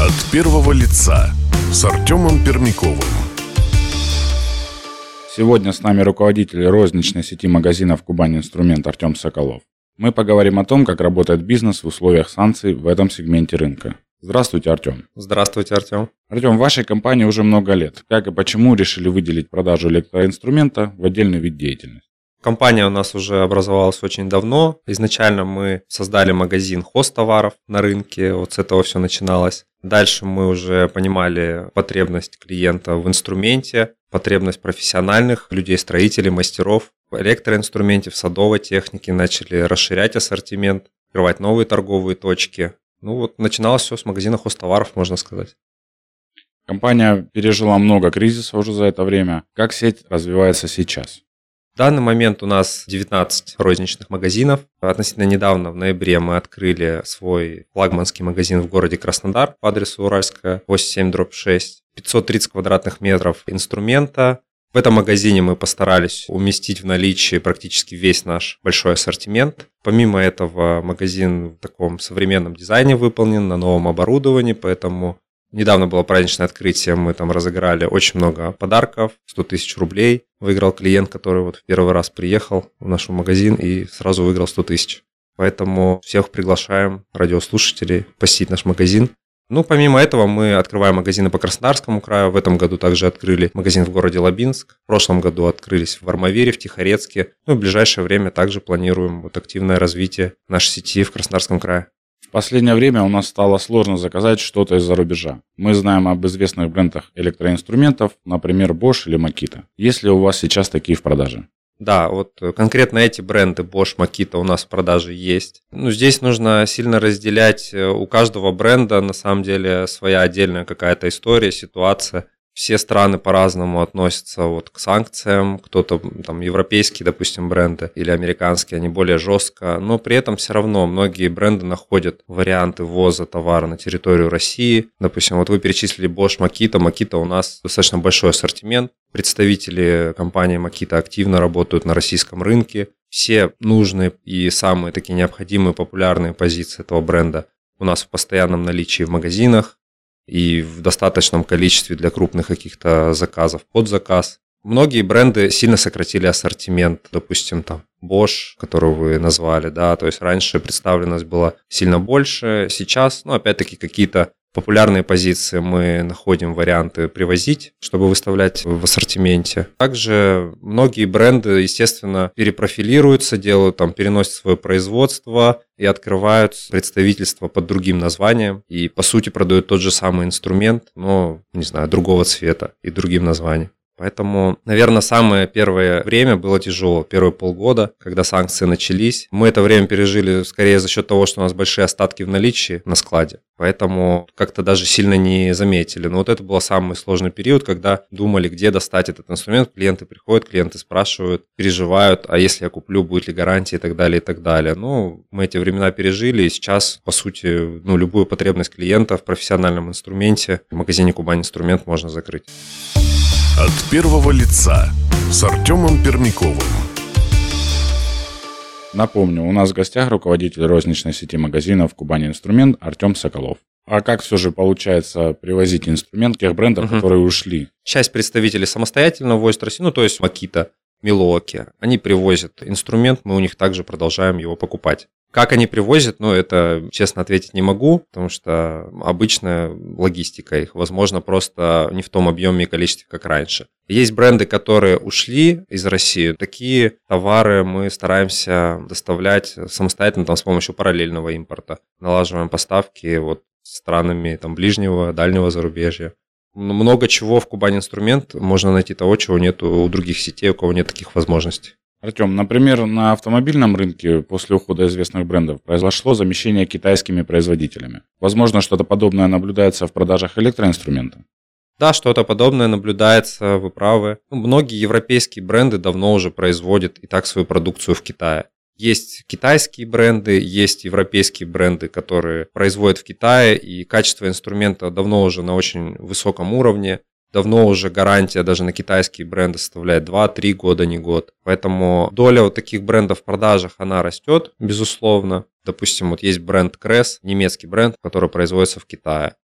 От первого лица с Артемом Пермяковым. Сегодня с нами руководитель розничной сети магазинов «Кубань Инструмент» Артем Соколов. Мы поговорим о том, как работает бизнес в условиях санкций в этом сегменте рынка. Здравствуйте, Артем. Здравствуйте, Артем. Артем, в вашей компании уже много лет. Как и почему решили выделить продажу электроинструмента в отдельный вид деятельности? Компания у нас уже образовалась очень давно. Изначально мы создали магазин хозтоваров на рынке, вот с этого все начиналось. Дальше мы уже понимали потребность клиента в инструменте, потребность профессиональных людей, строителей, мастеров в электроинструменте, в садовой технике, начали расширять ассортимент, открывать новые торговые точки. Начиналось все с магазина хозтоваров, можно сказать. Компания пережила много кризисов уже за это время. Как сеть развивается сейчас? В данный момент у нас 19 розничных магазинов. Относительно недавно, в ноябре, мы открыли свой флагманский магазин в городе Краснодар по адресу Уральская, 87/6. 530 квадратных метров инструмента. В этом магазине мы постарались уместить в наличии практически весь наш большой ассортимент. Помимо этого, магазин в таком современном дизайне выполнен, на новом оборудовании, поэтому недавно было праздничное открытие, мы там разыграли очень много подарков, 100 тысяч рублей. Выиграл клиент, который в первый раз приехал в наш магазин и сразу выиграл 100 тысяч. Поэтому всех приглашаем, радиослушателей, посетить наш магазин. Помимо этого, мы открываем магазины по Краснодарскому краю. В этом году также открыли магазин в городе Лабинск. В прошлом году открылись в Армавире, в Тихорецке. В ближайшее время также планируем активное развитие нашей сети в Краснодарском крае. В последнее время у нас стало сложно заказать что-то из-за рубежа. Мы знаем об известных брендах электроинструментов, например, Bosch или Makita. Есть ли у вас сейчас такие в продаже? Да, конкретно эти бренды Bosch, Makita у нас в продаже есть. Здесь нужно сильно разделять. У каждого бренда на самом деле своя отдельная какая-то история, ситуация. Все страны по-разному относятся к санкциям. Кто-то европейские, допустим, бренды или американские, они более жестко. Но при этом все равно многие бренды находят варианты ввоза товара на территорию России. Допустим, вы перечислили Bosch, Makita. Makita у нас достаточно большой ассортимент. Представители компании Makita активно работают на российском рынке. Все нужные и самые такие необходимые популярные позиции этого бренда у нас в постоянном наличии в магазинах и в достаточном количестве для крупных каких-то заказов под заказ. Многие бренды сильно сократили ассортимент, допустим, Bosch, которую вы назвали, да, то есть раньше представленность была сильно больше, сейчас, опять-таки, какие-то популярные позиции мы находим варианты привозить, чтобы выставлять в ассортименте. Также многие бренды, естественно, перепрофилируются, делают переносят свое производство и открывают представительство под другим названием. И, по сути, продают тот же самый инструмент, но, другого цвета и другим названием. Поэтому, наверное, самое первое время было тяжело, первые полгода, когда санкции начались. Мы это время пережили скорее за счет того, что у нас большие остатки в наличии на складе. Поэтому как-то даже сильно не заметили. Но это был самый сложный период, когда думали, где достать этот инструмент. Клиенты приходят, клиенты спрашивают, переживают, а если я куплю, будет ли гарантия и так далее, и так далее. Мы эти времена пережили, и сейчас, по сути, любую потребность клиента в профессиональном инструменте в магазине «Кубань Инструмент» можно закрыть. От первого лица с Артемом Пермяковым. Напомню, у нас в гостях руководитель розничной сети магазинов «Кубань Инструмент» Артем Соколов. А как все же получается привозить инструмент тех брендов, которые ушли? Часть представителей самостоятельно возят в Россию, то есть Makita, Milwaukee. Они привозят инструмент, мы у них также продолжаем его покупать. Как они привозят, это честно ответить не могу, потому что обычная логистика их, возможно, просто не в том объеме и количестве, как раньше. Есть бренды, которые ушли из России. Такие товары мы стараемся доставлять самостоятельно с помощью параллельного импорта. Налаживаем поставки с странами ближнего, дальнего зарубежья. Много чего в Кубань Инструмент можно найти того, чего нет у других сетей, у кого нет таких возможностей. Артем, например, на автомобильном рынке после ухода известных брендов произошло замещение китайскими производителями. Возможно, что-то подобное наблюдается в продажах электроинструментов? Да, что-то подобное наблюдается, вы правы. Многие европейские бренды давно уже производят и так свою продукцию в Китае. Есть китайские бренды, есть европейские бренды, которые производят в Китае, и качество инструмента давно уже на очень высоком уровне. Давно уже гарантия даже на китайские бренды составляет 2-3 года, не год. Поэтому доля таких брендов в продажах, она растет, безусловно. Допустим, есть бренд Кресс, немецкий бренд, который производится в Китае.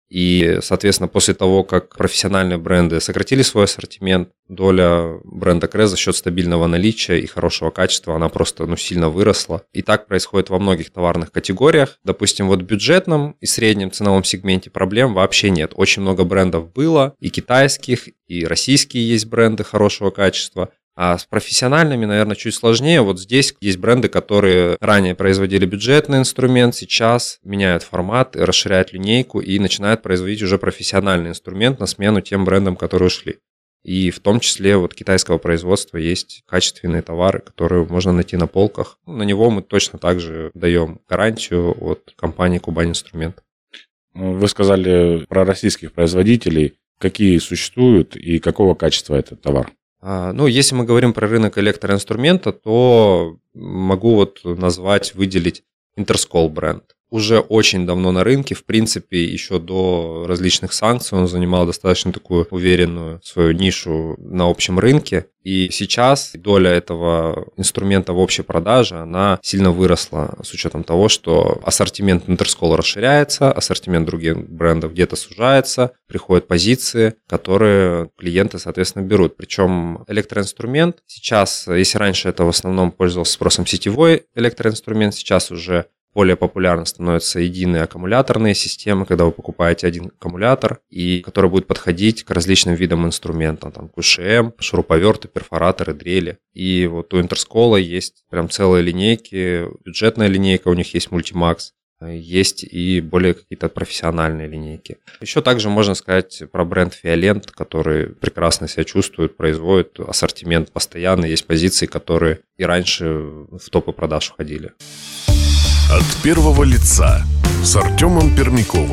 И, соответственно, после того, как профессиональные бренды сократили свой ассортимент, доля бренда Крес за счет стабильного наличия и хорошего качества, она просто сильно выросла. И так происходит во многих товарных категориях. Допустим, в бюджетном и среднем ценовом сегменте проблем вообще нет. Очень много брендов было, и китайских, и российские есть бренды хорошего качества. А с профессиональными, наверное, чуть сложнее. Вот здесь есть бренды, которые ранее производили бюджетный инструмент, сейчас меняют формат, расширяют линейку и начинают производить уже профессиональный инструмент на смену тем брендам, которые ушли. И в том числе китайского производства есть качественные товары, которые можно найти на полках. На него мы точно так же даем гарантию от компании «Кубань Инструмент». Вы сказали про российских производителей. Какие существуют и какого качества этот товар? Если мы говорим про рынок электроинструмента, то могу назвать, выделить Интерскол бренд. Уже очень давно на рынке, в принципе, еще до различных санкций он занимал достаточно такую уверенную свою нишу на общем рынке. И сейчас доля этого инструмента в общей продаже, она сильно выросла с учетом того, что ассортимент Интерскол расширяется, ассортимент других брендов где-то сужается, приходят позиции, которые клиенты, соответственно, берут. Причем электроинструмент сейчас, если раньше это в основном пользовался спросом сетевой электроинструмент, сейчас уже более популярно становятся единые аккумуляторные системы, когда вы покупаете один аккумулятор, и который будет подходить к различным видам инструмента, там КШМ, шуруповерты, перфораторы, дрели. И у Интерскола есть прям целые линейки, бюджетная линейка, у них есть Multimax, есть и более какие-то профессиональные линейки. Еще также можно сказать про бренд Fiolent, который прекрасно себя чувствует, производит ассортимент постоянно, есть позиции, которые и раньше в топы продаж входили. От первого лица с Артемом Пермяковым.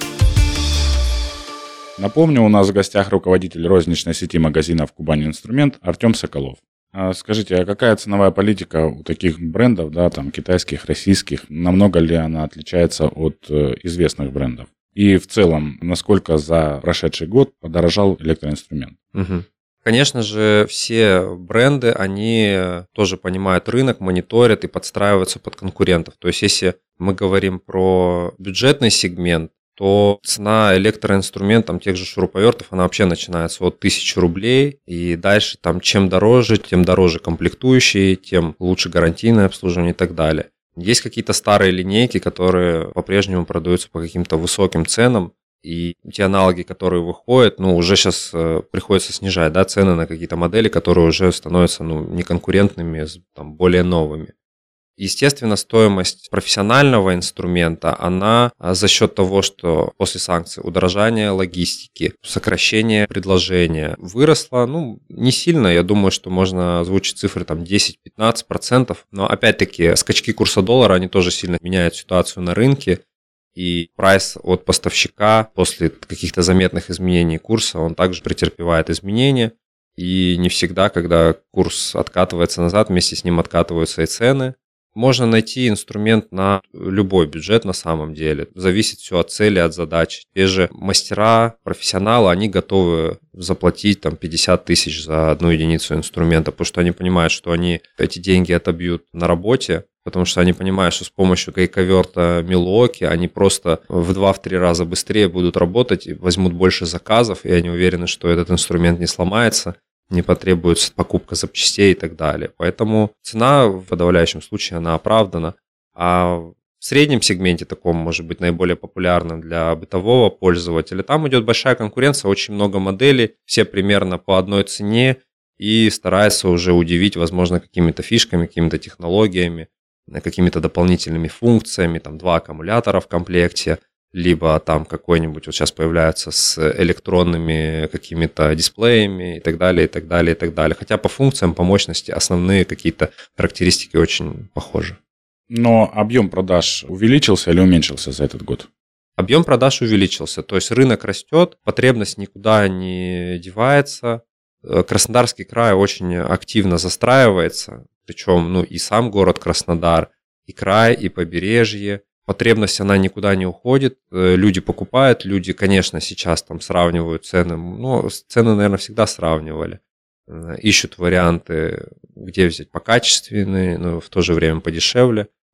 Напомню, у нас в гостях руководитель розничной сети магазинов «Кубань Инструмент» Артем Соколов. Скажите, а какая ценовая политика у таких брендов, китайских, российских? Намного ли она отличается от известных брендов? И в целом, насколько за прошедший год подорожал электроинструмент? Конечно же, все бренды, они тоже понимают рынок, мониторят и подстраиваются под конкурентов. То есть, если мы говорим про бюджетный сегмент, то цена электроинструментов, тех же шуруповертов, она вообще начинается от 1000 рублей. И дальше чем дороже, тем дороже комплектующие, тем лучше гарантийное обслуживание и так далее. Есть какие-то старые линейки, которые по-прежнему продаются по каким-то высоким ценам. И те аналоги, которые выходят, уже сейчас приходится снижать цены на какие-то модели, которые уже становятся неконкурентными, более новыми. Естественно, стоимость профессионального инструмента, она за счет того, что после санкций удорожание логистики, сокращение предложения выросла, не сильно. Я думаю, что можно озвучить цифры 10-15%. Но опять-таки скачки курса доллара, они тоже сильно меняют ситуацию на рынке. И прайс от поставщика после каких-то заметных изменений курса, он также претерпевает изменения. И не всегда, когда курс откатывается назад, вместе с ним откатываются и цены. Можно найти инструмент на любой бюджет на самом деле. Зависит все от цели, от задач. Те же мастера, профессионалы, они готовы заплатить 50 тысяч за одну единицу инструмента, потому что они понимают, что они эти деньги отобьют на работе, потому что они понимают, что с помощью гайковерта Milwaukee они просто в 2-3 раза быстрее будут работать и возьмут больше заказов, и они уверены, что этот инструмент не сломается, не потребуется покупка запчастей и так далее. Поэтому цена в подавляющем случае, она оправдана. А в среднем сегменте, таком, может быть, наиболее популярном для бытового пользователя, там идет большая конкуренция, очень много моделей, все примерно по одной цене, и стараются уже удивить, возможно, какими-то фишками, какими-то технологиями, какими-то дополнительными функциями, 2 аккумулятора в комплекте, либо какой-нибудь сейчас появляется с электронными какими-то дисплеями и так далее, и так далее, и так далее. Хотя по функциям, по мощности основные какие-то характеристики очень похожи. Но объем продаж увеличился или уменьшился за этот год? Объем продаж увеличился, то есть рынок растет, потребность никуда не девается. Краснодарский край очень активно застраивается, причем и сам город Краснодар, и край, и побережье. Потребность, она никуда не уходит, люди покупают, люди, конечно, сейчас сравнивают цены, цены, наверное, всегда сравнивали, ищут варианты, где взять покачественные, но в то же время подешевле.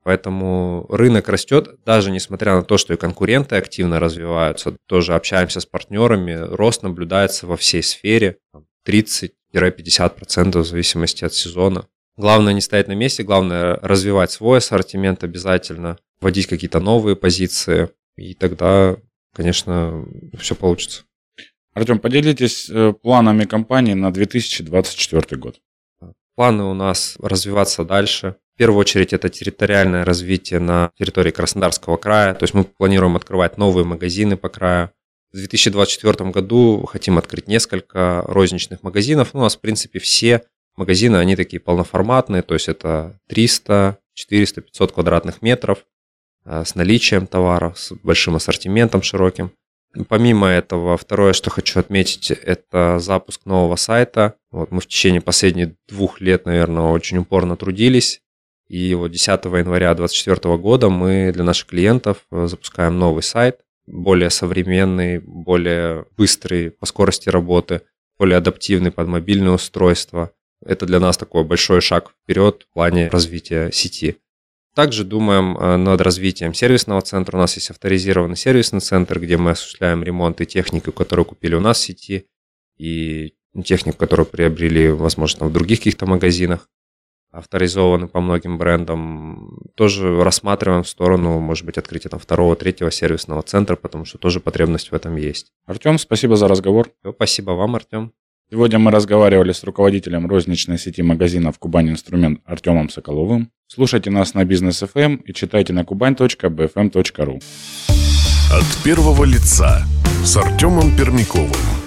Поэтому рынок растет, даже несмотря на то, что и конкуренты активно развиваются. Тоже общаемся с партнерами, рост наблюдается во всей сфере, 30-50% в зависимости от сезона. Главное не стоять на месте, главное развивать свой ассортимент обязательно, вводить какие-то новые позиции, и тогда, конечно, все получится. Артем, поделитесь планами компании на 2024 год. Планы у нас развиваться дальше. В первую очередь это территориальное развитие на территории Краснодарского края. То есть мы планируем открывать новые магазины по краю. В 2024 году хотим открыть несколько розничных магазинов. У нас, в принципе, все магазины, они такие полноформатные. То есть это 300, 400, 500 квадратных метров с наличием товаров, с большим ассортиментом широким. Помимо этого, второе, что хочу отметить, это запуск нового сайта. Мы в течение последних 2 лет, наверное, очень упорно трудились. И 10 января 2024 года мы для наших клиентов запускаем новый сайт, более современный, более быстрый по скорости работы, более адаптивный под мобильные устройства. Это для нас такой большой шаг вперед в плане развития сети. Также думаем над развитием сервисного центра. У нас есть авторизированный сервисный центр, где мы осуществляем ремонт и технику, которую купили у нас в сети, и технику, которую приобрели, возможно, в других каких-то магазинах, авторизованы по многим брендам. Тоже рассматриваем в сторону, может быть, открытия 2-3 сервисного центра, потому что тоже потребность в этом есть. Артем, спасибо за разговор. Спасибо вам, Артем. Сегодня мы разговаривали с руководителем розничной сети магазинов «Кубань Инструмент» Артемом Соколовым. Слушайте нас на Бизнес FM и читайте на kubань.bfm.ru. От первого лица с Артемом Пермяковым.